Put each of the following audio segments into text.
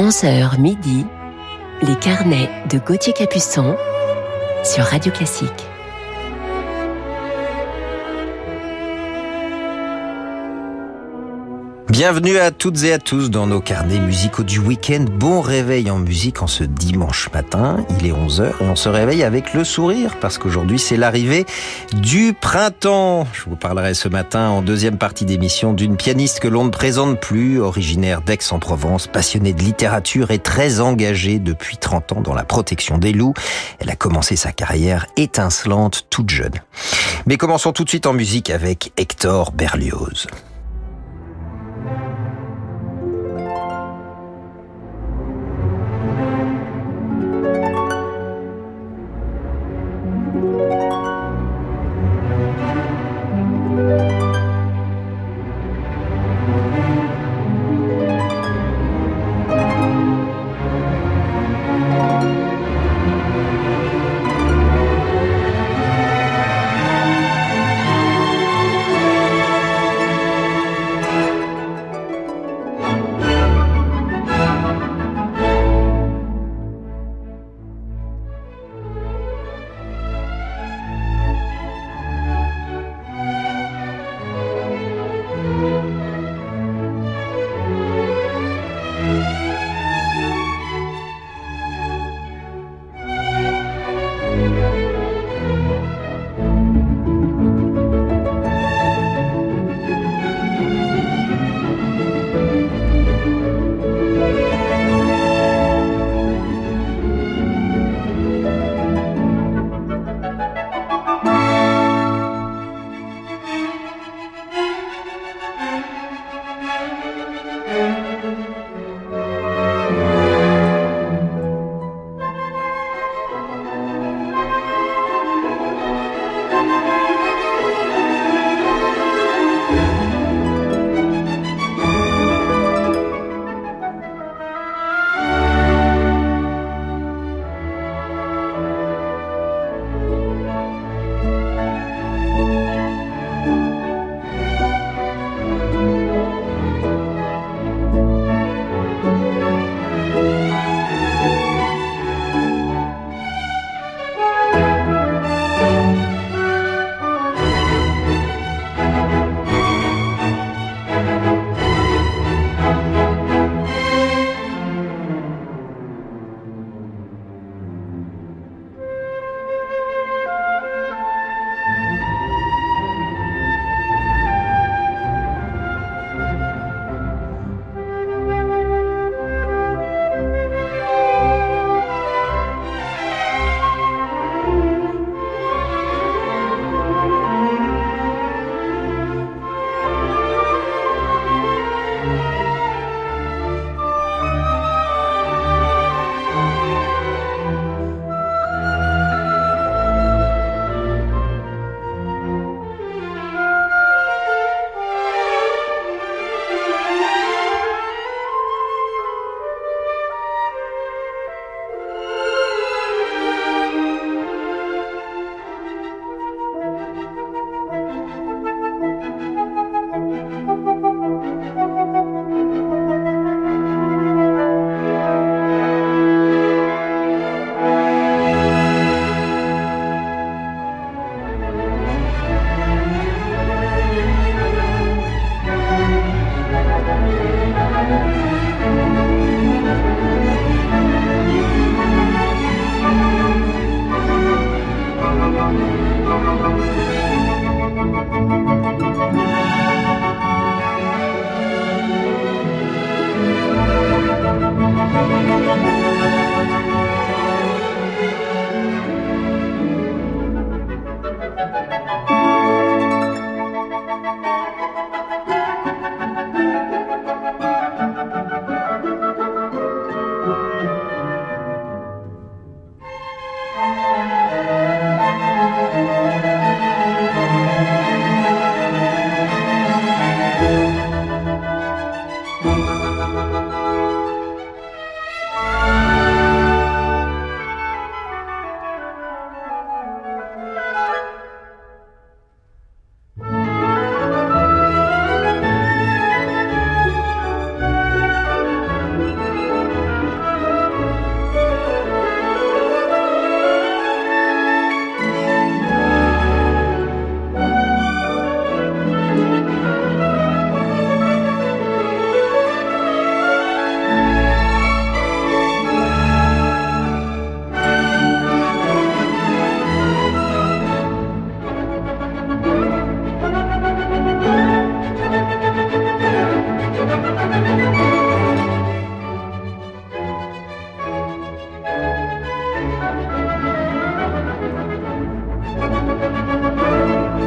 11h midi, les carnets de Gauthier Capuçon sur Radio Classique. Bienvenue à toutes et à tous dans nos carnets musicaux du week-end. Bon réveil en musique en ce dimanche matin. Il est 11h et on se réveille avec le sourire parce qu'aujourd'hui c'est l'arrivée du printemps. Je vous parlerai ce matin en deuxième partie d'émission d'une pianiste que l'on ne présente plus, originaire d'Aix-en-Provence, passionnée de littérature et très engagée depuis 30 ans dans la protection des loups. Elle a commencé sa carrière étincelante toute jeune. Mais commençons tout de suite en musique avec Hector Berlioz.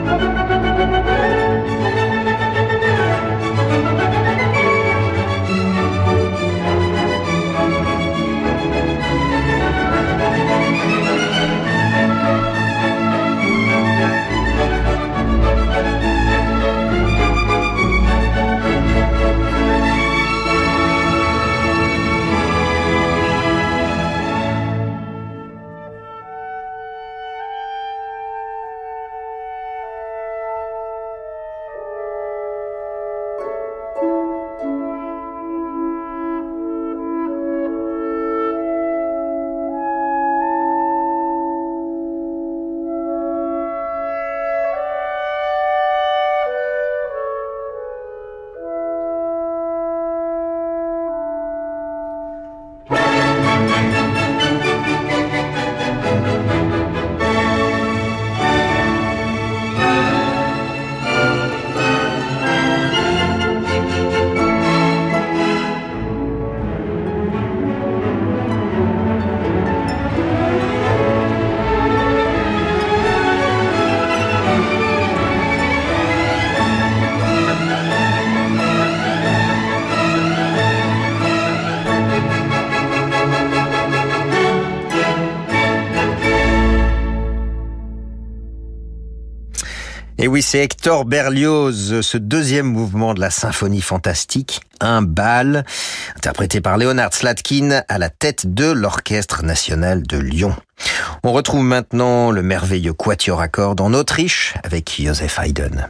Et oui, c'est Hector Berlioz, ce deuxième mouvement de la symphonie fantastique, un bal, interprété par Leonard Slatkin à la tête de l'Orchestre national de Lyon. On retrouve maintenant le merveilleux quatuor à cordes en Autriche avec Joseph Haydn.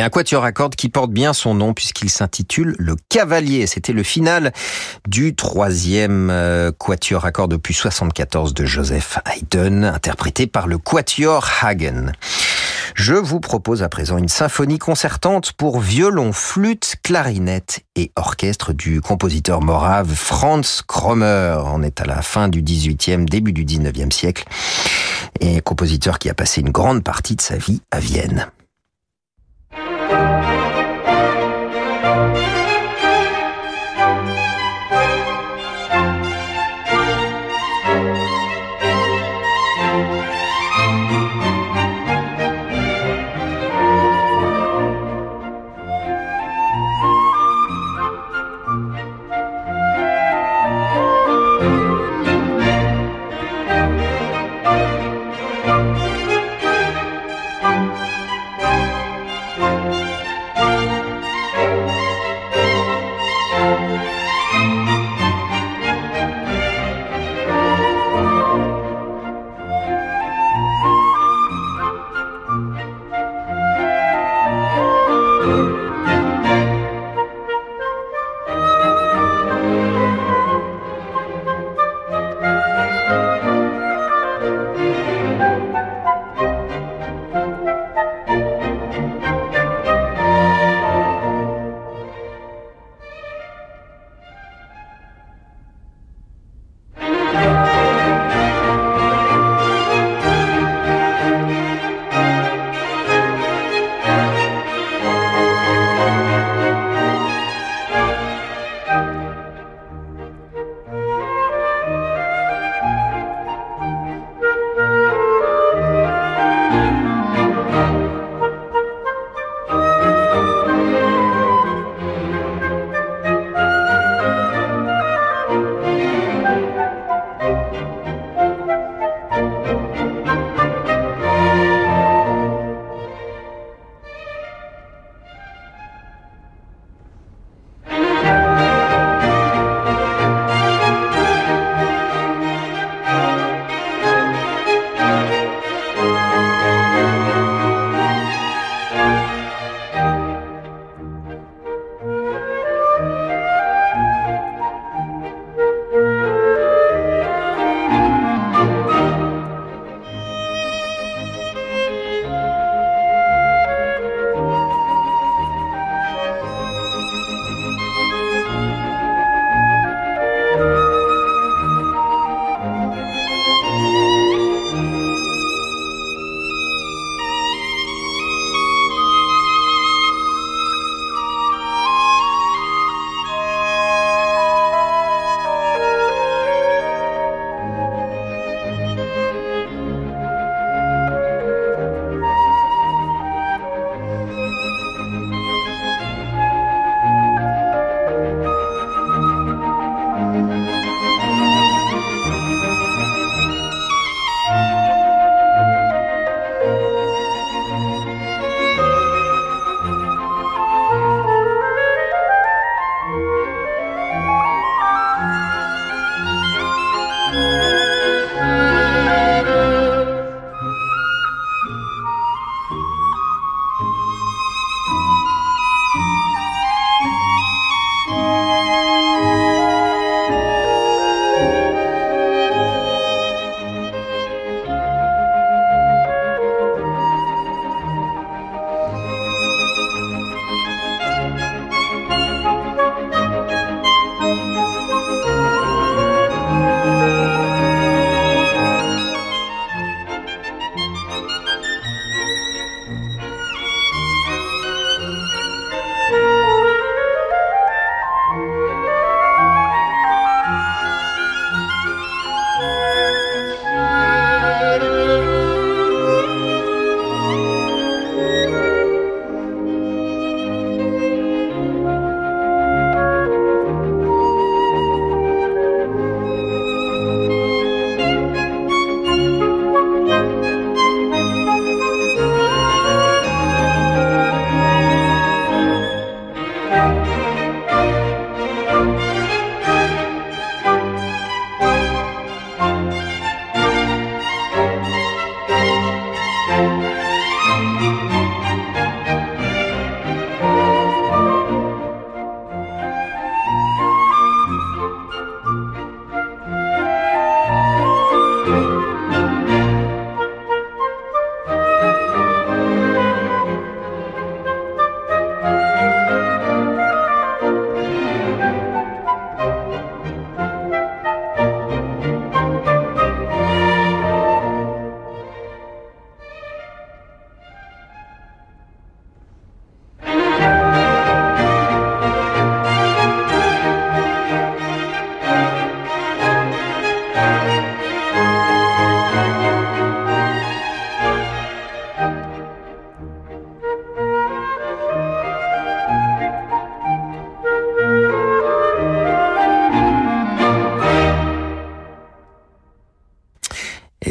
un quatuor à cordes qui porte bien son nom puisqu'il s'intitule Le Cavalier. C'était le final du 3e quatuor à cordes opus 74 de Joseph Haydn, interprété par le Quatuor Hagen. Je vous propose à présent une symphonie concertante pour violon, flûte, clarinette et orchestre du compositeur morave Franz Krommer. On est à la fin du 18e, début du 19e siècle, et compositeur qui a passé une grande partie de sa vie à Vienne.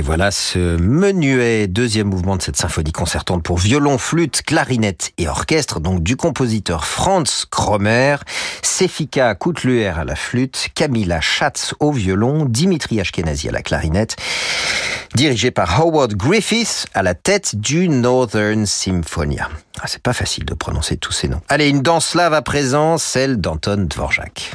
voilà ce menuet, deuxième mouvement de cette symphonie concertante pour violon, flûte, clarinette et orchestre, donc du compositeur Franz Kromer, Sefika Kutluer à la flûte, Camilla Schatz au violon, Dimitri Ashkenazi à la clarinette, dirigé par Howard Griffiths à la tête du Northern Symphonia. Ah, c'est pas facile de prononcer tous ces noms. Allez, une danse slave à présent, celle d'Anton Dvorak.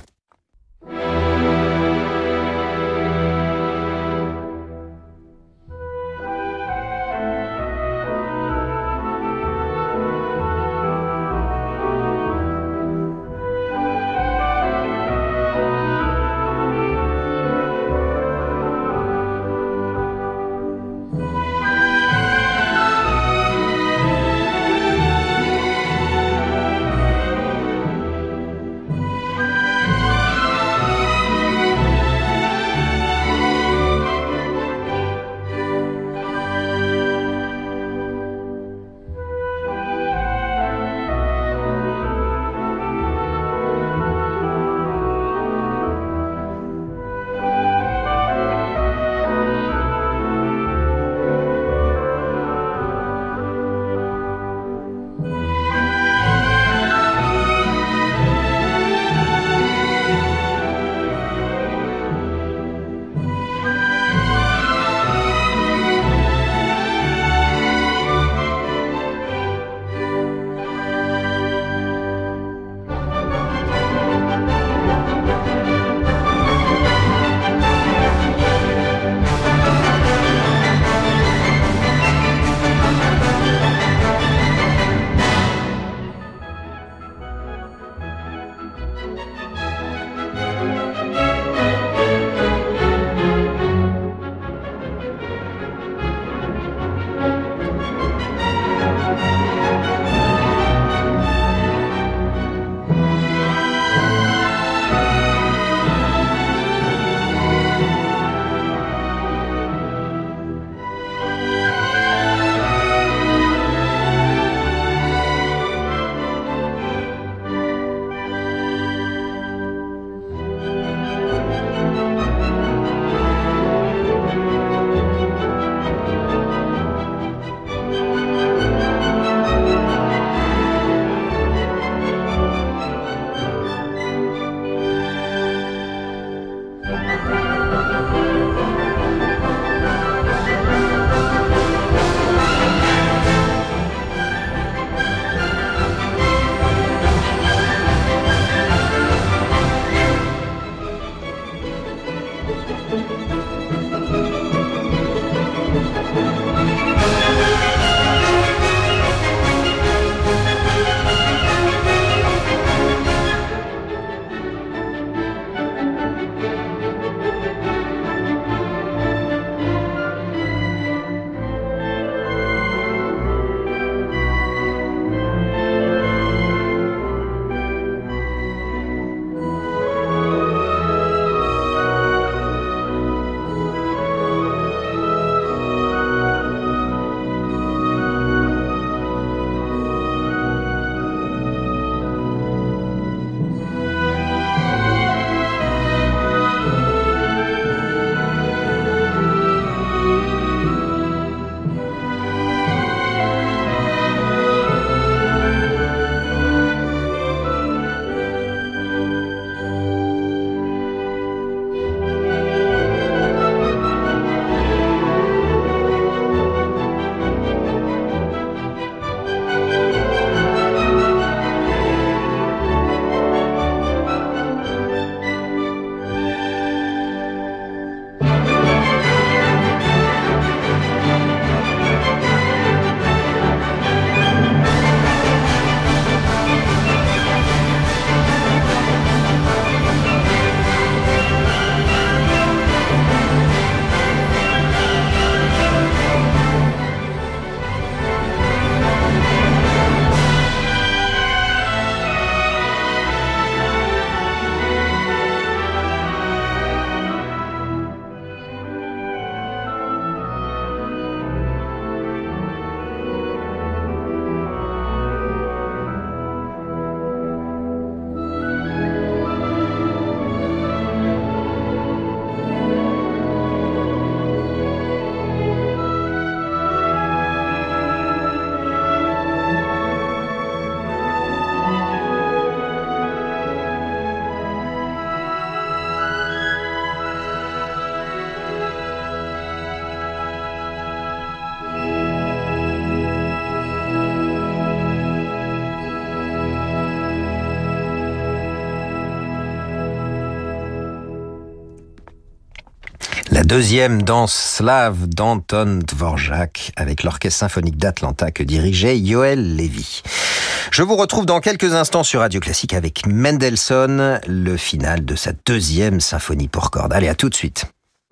la deuxième danse slave d'Anton Dvorak avec l'Orchestre symphonique d'Atlanta que dirigeait Yoel Levy. Je vous retrouve dans quelques instants sur Radio Classique avec Mendelssohn, le final de sa deuxième symphonie pour cordes. Allez, à tout de suite.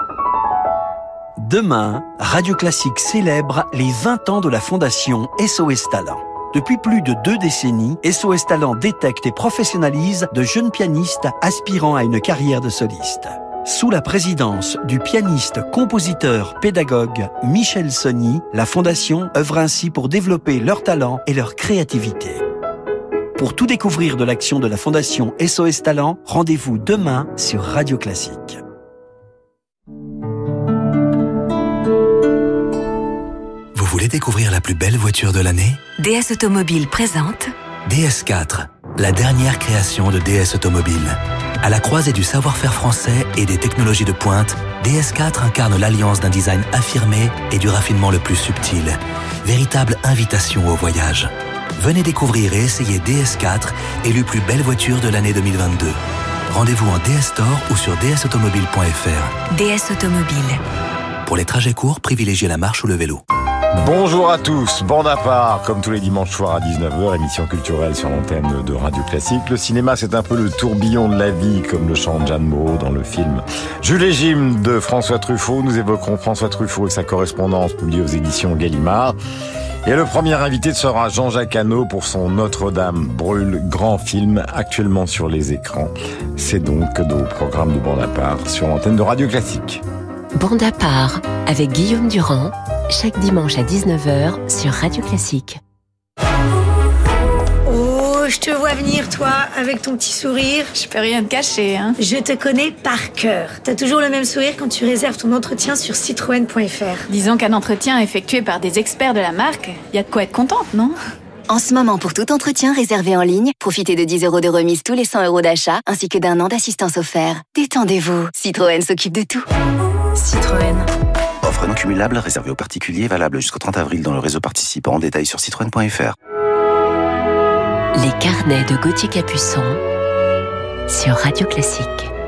Demain, Radio Classique célèbre les 20 ans de la fondation SOS Talent. Depuis plus de 2 décennies, SOS Talent détecte et professionnalise de jeunes pianistes aspirant à une carrière de soliste. Sous la présidence du pianiste, compositeur, pédagogue Michel Sonny, la fondation œuvre ainsi pour développer leur talent et leur créativité. Pour tout découvrir de l'action de la fondation SOS Talent, rendez-vous demain sur Radio Classique. Vous voulez découvrir la plus belle voiture de l'année ? DS Automobile présente DS4, la dernière création de DS Automobile. À la croisée du savoir-faire français et des technologies de pointe, DS4 incarne l'alliance d'un design affirmé et du raffinement le plus subtil. Véritable invitation au voyage. Venez découvrir et essayer DS4, élue plus belle voiture de l'année 2022. Rendez-vous en DS Store ou sur dsautomobile.fr. DS Automobile. Pour les trajets courts, privilégiez la marche ou le vélo. Bonjour à tous, bande à part, comme tous les dimanches soirs à 19h, émission culturelle sur l'antenne de Radio Classique. Le cinéma, c'est un peu le tourbillon de la vie, comme le chante Jeanne Moreau dans le film Jules et Jim de François Truffaut. Nous évoquerons François Truffaut et sa correspondance publiée aux éditions Gallimard. Et le premier invité sera Jean-Jacques Hano pour son Notre-Dame brûle, grand film actuellement sur les écrans. C'est donc au programme de bande à part sur l'antenne de Radio Classique. Bande à part avec Guillaume Durand, chaque dimanche à 19h sur Radio Classique. Oh, je te vois venir, toi, avec ton petit sourire. Je peux rien te cacher, hein. Je te connais par cœur. T'as toujours le même sourire quand tu réserves ton entretien sur citroën.fr. Disons qu'un entretien effectué par des experts de la marque, y a de quoi être contente, non ? En ce moment, pour tout entretien réservé en ligne, profitez de 10 € de remise tous les 100 € d'achat, ainsi que d'1 an d'assistance offert. Détendez-vous, Citroën s'occupe de tout. Citroën. Offre non cumulable réservée aux particuliers, valable jusqu'au 30 avril dans le réseau participant. En détail sur citroën.fr. Les carnets de Gauthier Capuçon sur Radio Classique.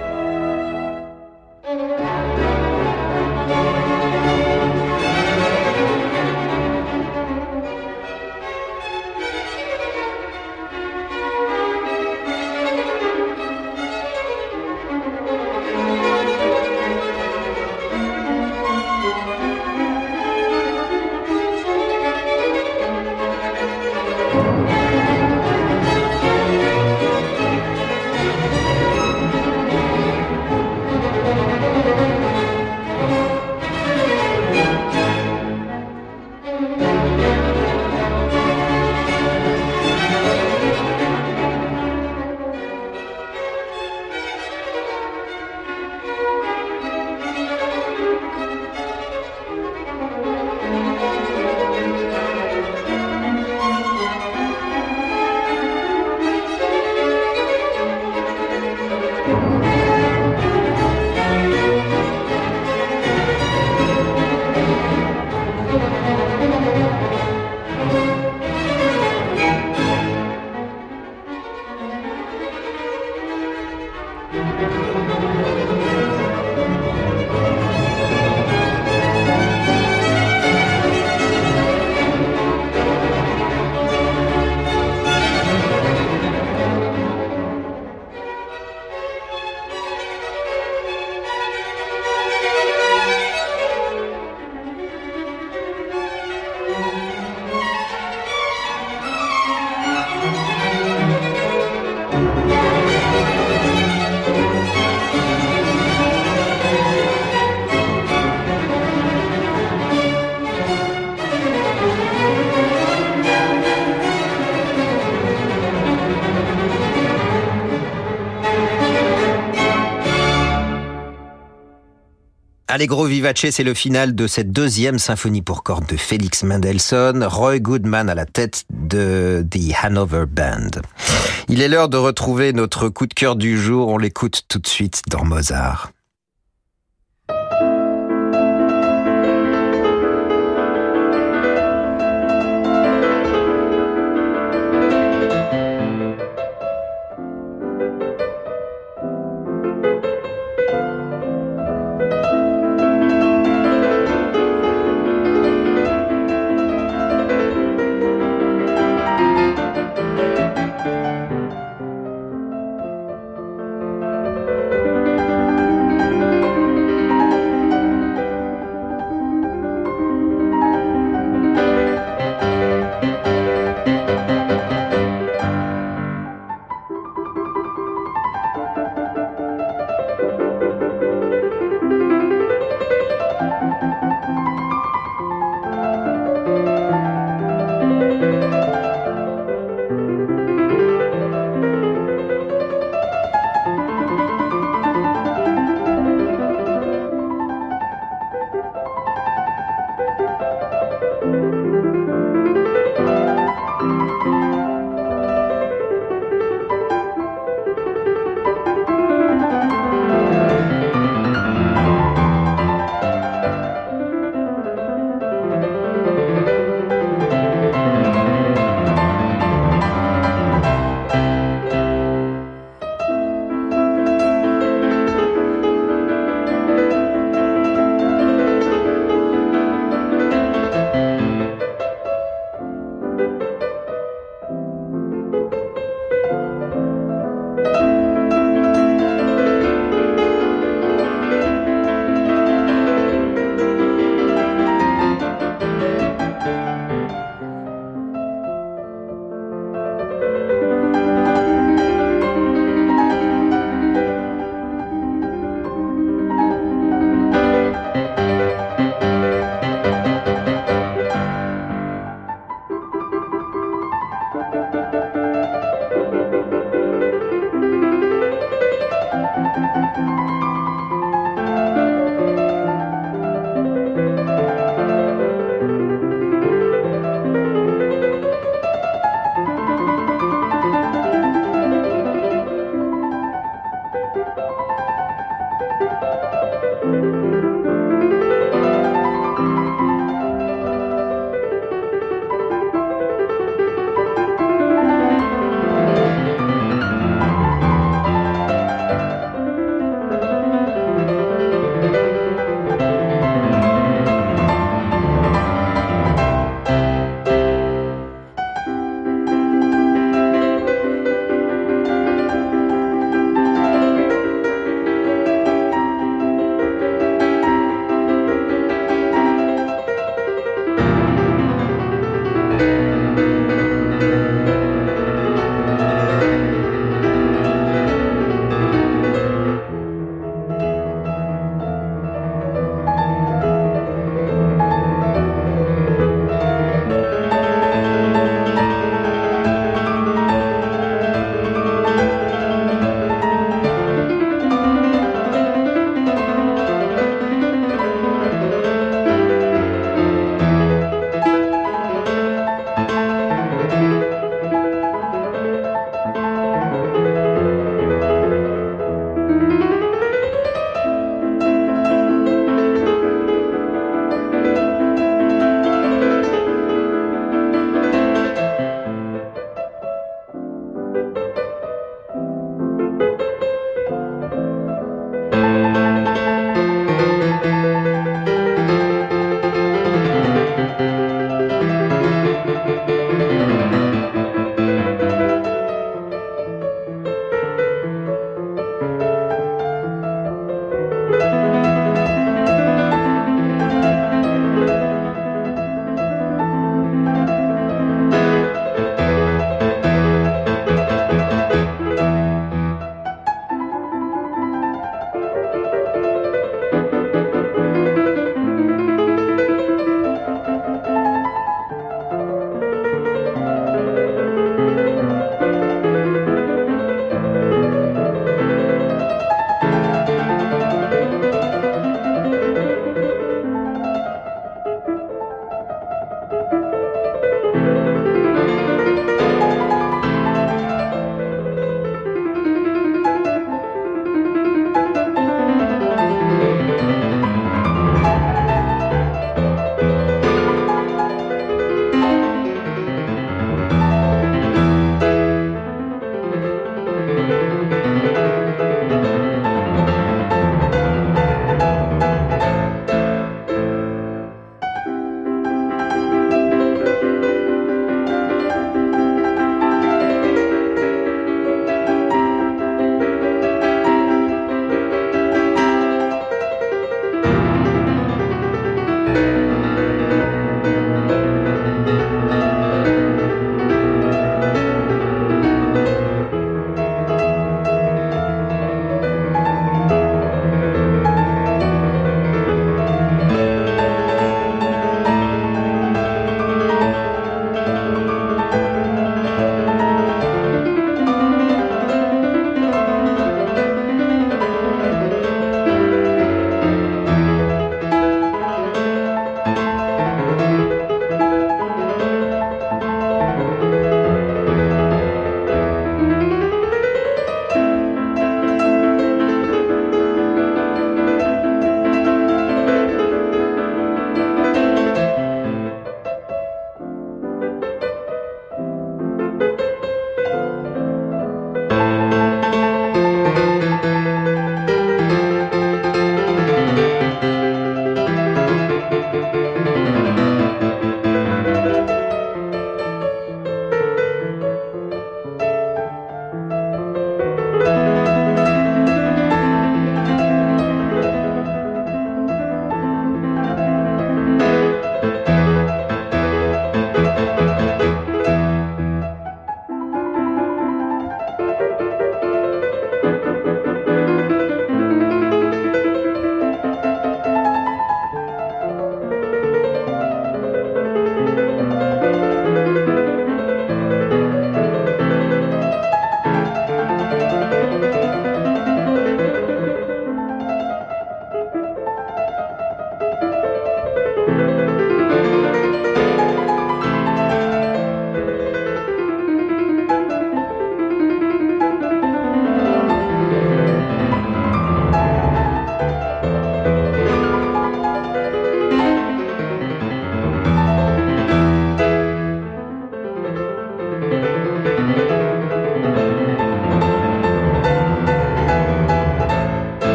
Allegro vivace, c'est le final de cette deuxième symphonie pour cordes de Félix Mendelssohn, Roy Goodman à la tête de The Hanover Band. Il est l'heure de retrouver notre coup de cœur du jour, on l'écoute tout de suite dans Mozart.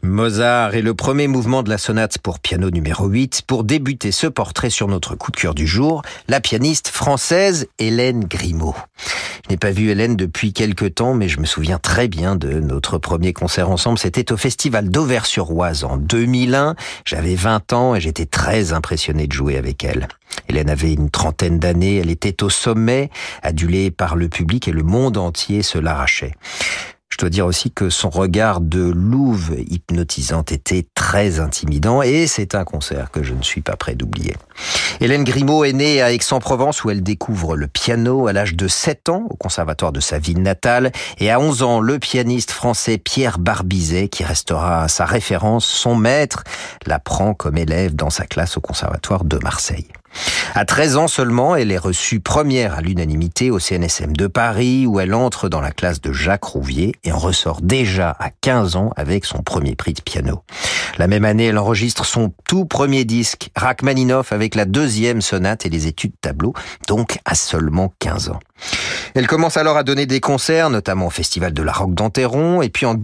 Mozart est le premier mouvement de la sonate pour piano numéro 8 pour débuter ce portrait sur notre coup de cœur du jour, la pianiste française Hélène Grimaud. Je n'ai pas vu Hélène depuis quelque temps, mais je me souviens très bien de notre premier concert ensemble. C'était au Festival d'Auvers-sur-Oise en 2001. J'avais 20 ans et j'étais très impressionné de jouer avec elle. Hélène avait une trentaine d'années, elle était au sommet, adulée par le public et le monde entier se l'arrachait. Je dois dire aussi que son regard de louve hypnotisante était très intimidant et c'est un concert que je ne suis pas prêt d'oublier. Hélène Grimaud est née à Aix-en-Provence où elle découvre le piano à l'âge de 7 ans au conservatoire de sa ville natale et à 11 ans, le pianiste français Pierre Barbizet, qui restera sa référence, son maître, la prend comme élève dans sa classe au conservatoire de Marseille. À 13 ans seulement, elle est reçue première à l'unanimité au CNSM de Paris où elle entre dans la classe de Jacques Rouvier et en ressort déjà à 15 ans avec son premier prix de piano. La même année, elle enregistre son tout premier disque, Rachmaninoff, avec la deuxième sonate et les études tableau, donc à seulement 15 ans. Elle commence alors à donner des concerts, notamment au Festival de la Roque d'Enterron, et puis en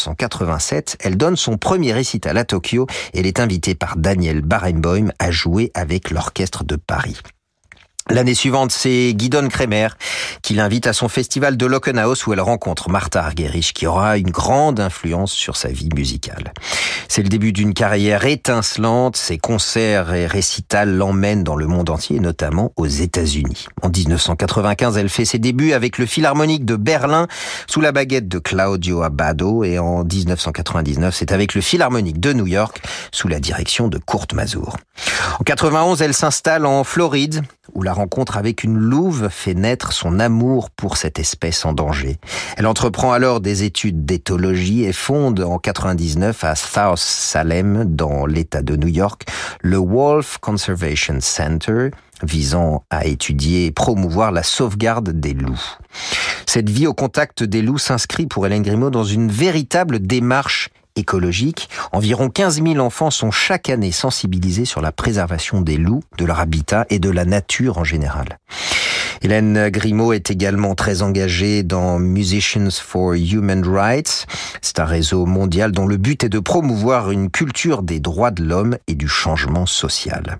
1987, elle donne son premier récital à Tokyo et elle est invitée par Daniel Barenboim à jouer avec l'Orchestre de Paris. L'année suivante, c'est Gidon Kremer qui l'invite à son festival de Lockenhaus où elle rencontre Martha Argerich qui aura une grande influence sur sa vie musicale. C'est le début d'une carrière étincelante, ses concerts et récitals l'emmènent dans le monde entier, notamment aux États-Unis. En 1995, elle fait ses débuts avec le Philharmonique de Berlin sous la baguette de Claudio Abbado et en 1999, c'est avec le Philharmonique de New York sous la direction de Kurt Masur. En 91, elle s'installe en Floride où la rencontre avec une louve fait naître son amour pour cette espèce en danger. Elle entreprend alors des études d'éthologie et fonde en 99 à South Salem, dans l'État de New York, le Wolf Conservation Center, visant à étudier et promouvoir la sauvegarde des loups. Cette vie au contact des loups s'inscrit pour Hélène Grimaud dans une véritable démarche écologique. Environ 15 000 enfants sont chaque année sensibilisés sur la préservation des loups, de leur habitat et de la nature en général. Hélène Grimaud est également très engagée dans Musicians for Human Rights. C'est un réseau mondial dont le but est de promouvoir une culture des droits de l'homme et du changement social.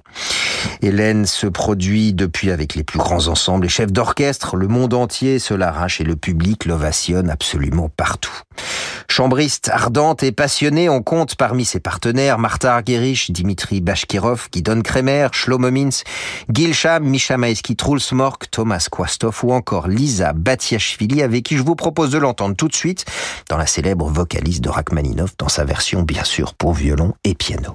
Hélène se produit depuis avec les plus grands ensembles et chefs d'orchestre. Le monde entier se l'arrache et le public l'ovationne absolument partout. Chambriste ardente et passionnée, on compte parmi ses partenaires Martha Argerich, Dimitri Bashkirov, Gidon Kremer, Shlomo Mintz, Gil Sham, Misha Maïski, Truls Mork, Thomas Kwastov ou encore Lisa Batiashvili, avec qui je vous propose de l'entendre tout de suite dans la célèbre vocaliste de Rachmaninoff, dans sa version bien sûr pour violon et piano.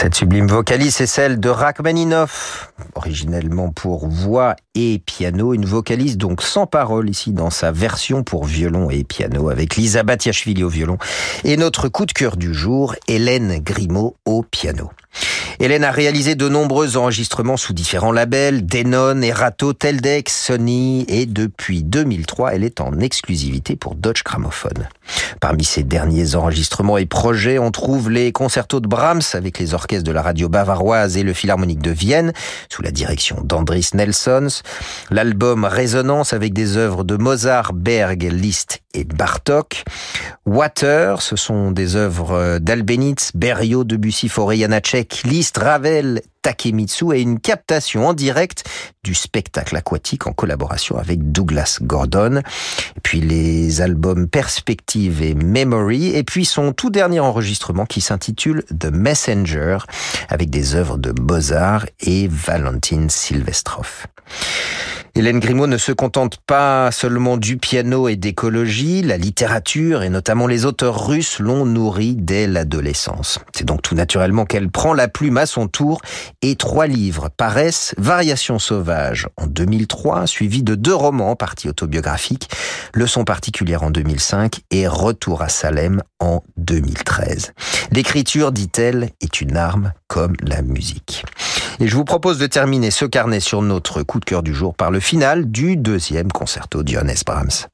Cette sublime vocalise est celle de Rachmaninoff, originellement pour voix et piano, une vocalise donc sans parole ici dans sa version pour violon et piano avec Lisa Batiashvili au violon et notre coup de cœur du jour, Hélène Grimaud au piano. Hélène a réalisé de nombreux enregistrements sous différents labels, Denon, Erato, Teldec, Sony et depuis 2003, elle est en exclusivité pour Deutsche Grammophon. Parmi ses derniers enregistrements et projets, on trouve les concertos de Brahms avec les orchestres de la radio bavaroise et le Philharmonique de Vienne, sous la direction d'Andris Nelsons, l'album Résonance avec des œuvres de Mozart, Berg, Liszt et Bartók, Water, ce sont des œuvres d'Albenitz, Berriot, Debussy, Fauré, Janacek, Liszt, Ravel, Takemitsu et une captation en direct du spectacle aquatique en collaboration avec Douglas Gordon. Et puis les albums Perspective et Memory et puis son tout dernier enregistrement qui s'intitule The Messenger avec des œuvres de Bozart et Valentin Silvestrov. Hélène Grimaud ne se contente pas seulement du piano et d'écologie, la littérature et notamment les auteurs russes l'ont nourrie dès l'adolescence. C'est donc tout naturellement qu'elle prend la plume à son tour et 3 livres paraissent, Variations sauvages en 2003, suivi de 2 romans en partie autobiographiques, Leçons particulières en 2005 et Retour à Salem en 2013. L'écriture, dit-elle, est une arme comme la musique. Et je vous propose de terminer ce carnet sur notre coup de cœur du jour par le final du 2e concerto de Johannes Brahms.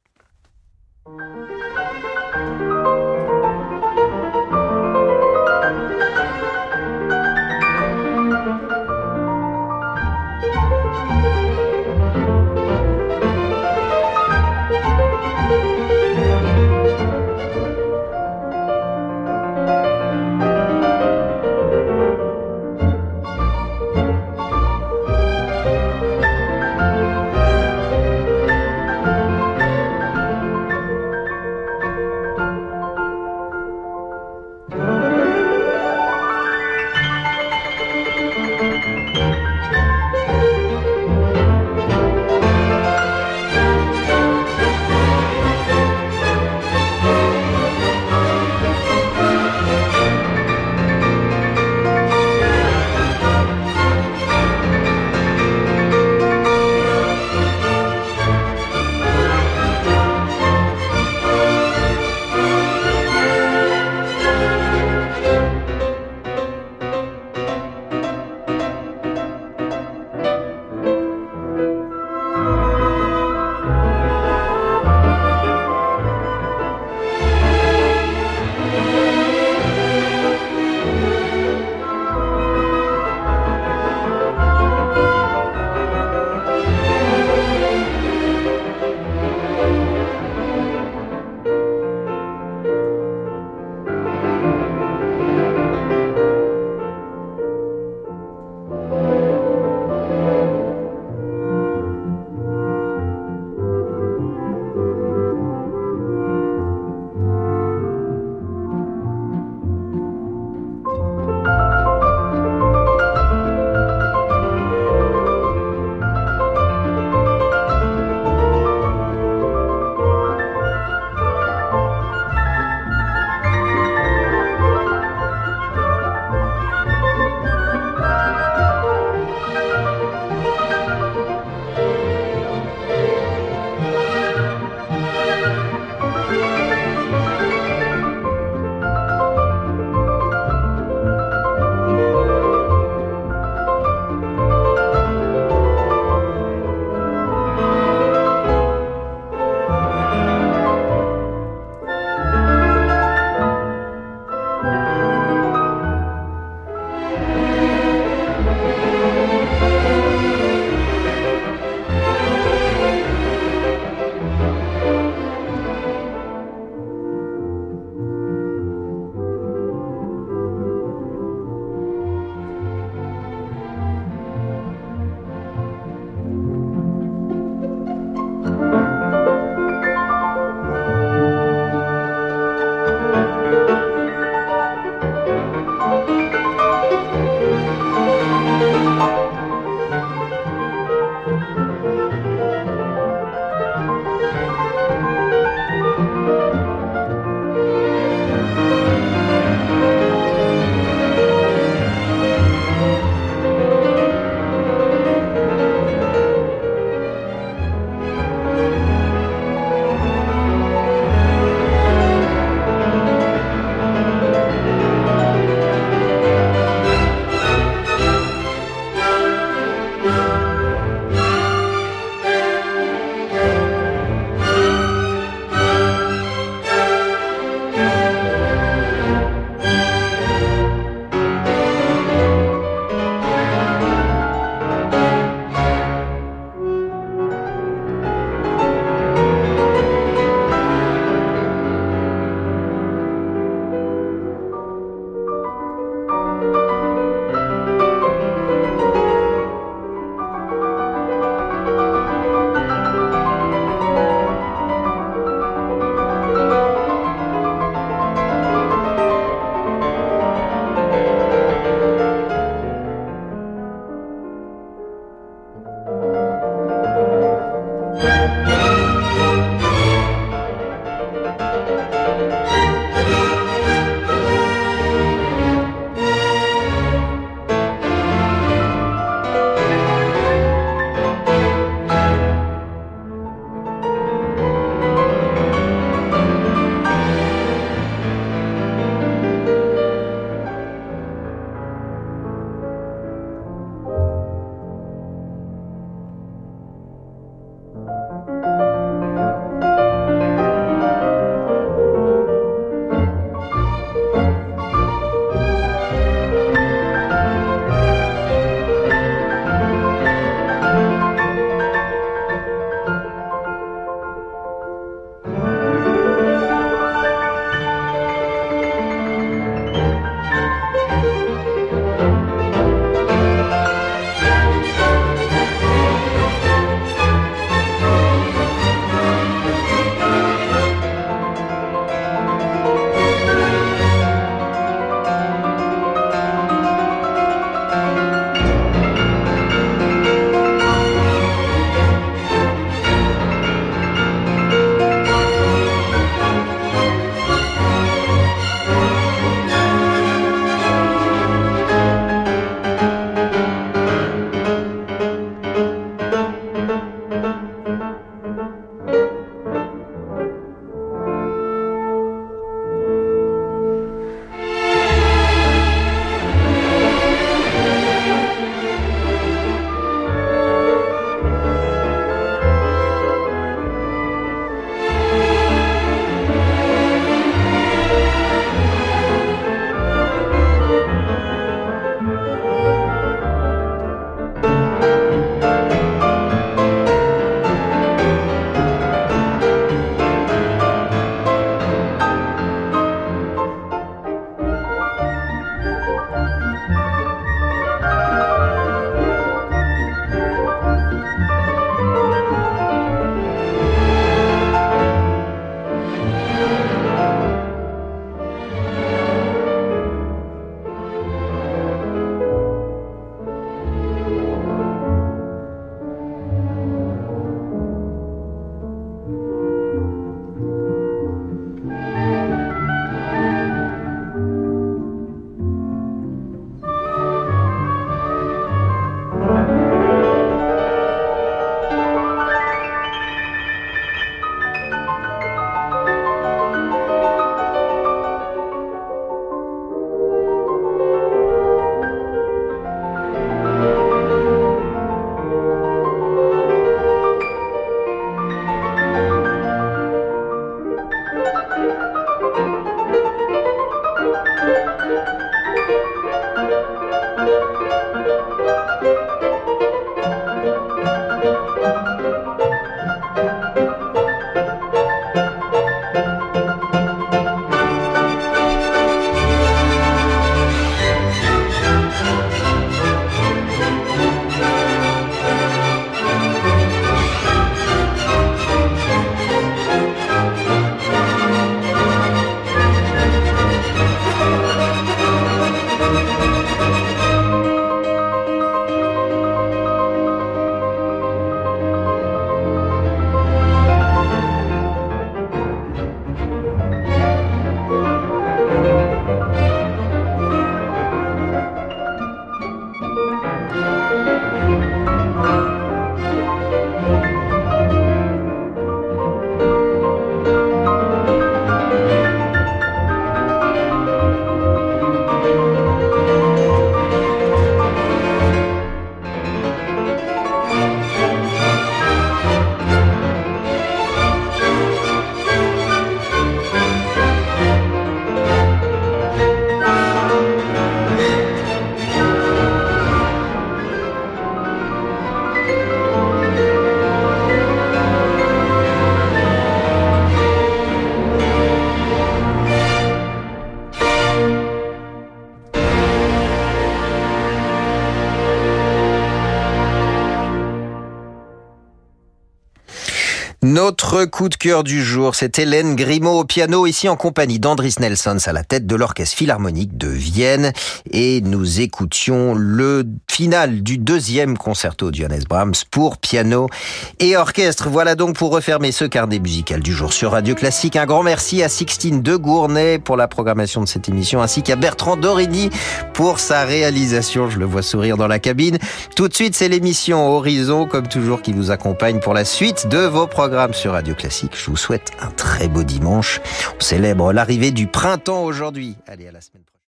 Notre coup de cœur du jour, c'est Hélène Grimaud au piano, ici en compagnie d'Andris Nelsons à la tête de l'Orchestre Philharmonique de Vienne. Et nous écoutions le final du 2e concerto de Johannes Brahms pour piano et orchestre. Voilà donc pour refermer ce carnet musical du jour sur Radio Classique. Un grand merci à Sixtine de Gournay pour la programmation de cette émission, ainsi qu'à Bertrand Dorigny pour sa réalisation. Je le vois sourire dans la cabine. Tout de suite, c'est l'émission Horizon, comme toujours, qui vous accompagne pour la suite de vos programmes sur Radio Classique. Je vous souhaite un très beau dimanche. On célèbre l'arrivée du printemps aujourd'hui. Allez, à la semaine prochaine.